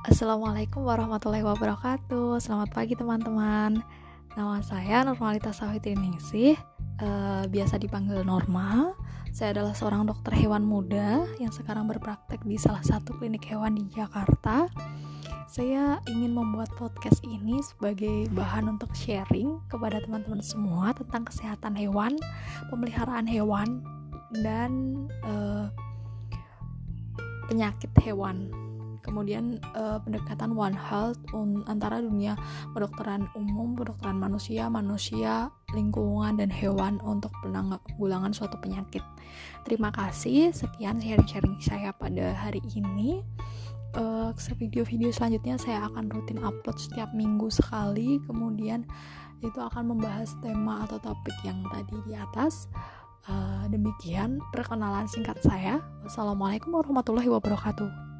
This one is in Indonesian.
Assalamualaikum warahmatullahi wabarakatuh. Selamat pagi teman-teman. Nama saya Nurmalita Safitri-Ningsih, biasa dipanggil Norma. Saya adalah seorang dokter hewan muda yang sekarang berpraktek di salah satu klinik hewan di Jakarta. Saya ingin membuat podcast ini sebagai bahan untuk sharing kepada teman-teman semua tentang kesehatan hewan, pemeliharaan hewan, dan penyakit hewan. Kemudian pendekatan One Health antara dunia kedokteran umum, kedokteran manusia, lingkungan, dan hewan untuk penanggulangan suatu penyakit. Terima kasih, sekian sharing-sharing saya pada hari ini. Video-video selanjutnya saya akan rutin upload setiap minggu sekali. Kemudian itu akan membahas tema atau topik yang tadi di atas. Demikian perkenalan singkat saya. Wassalamualaikum warahmatullahi wabarakatuh.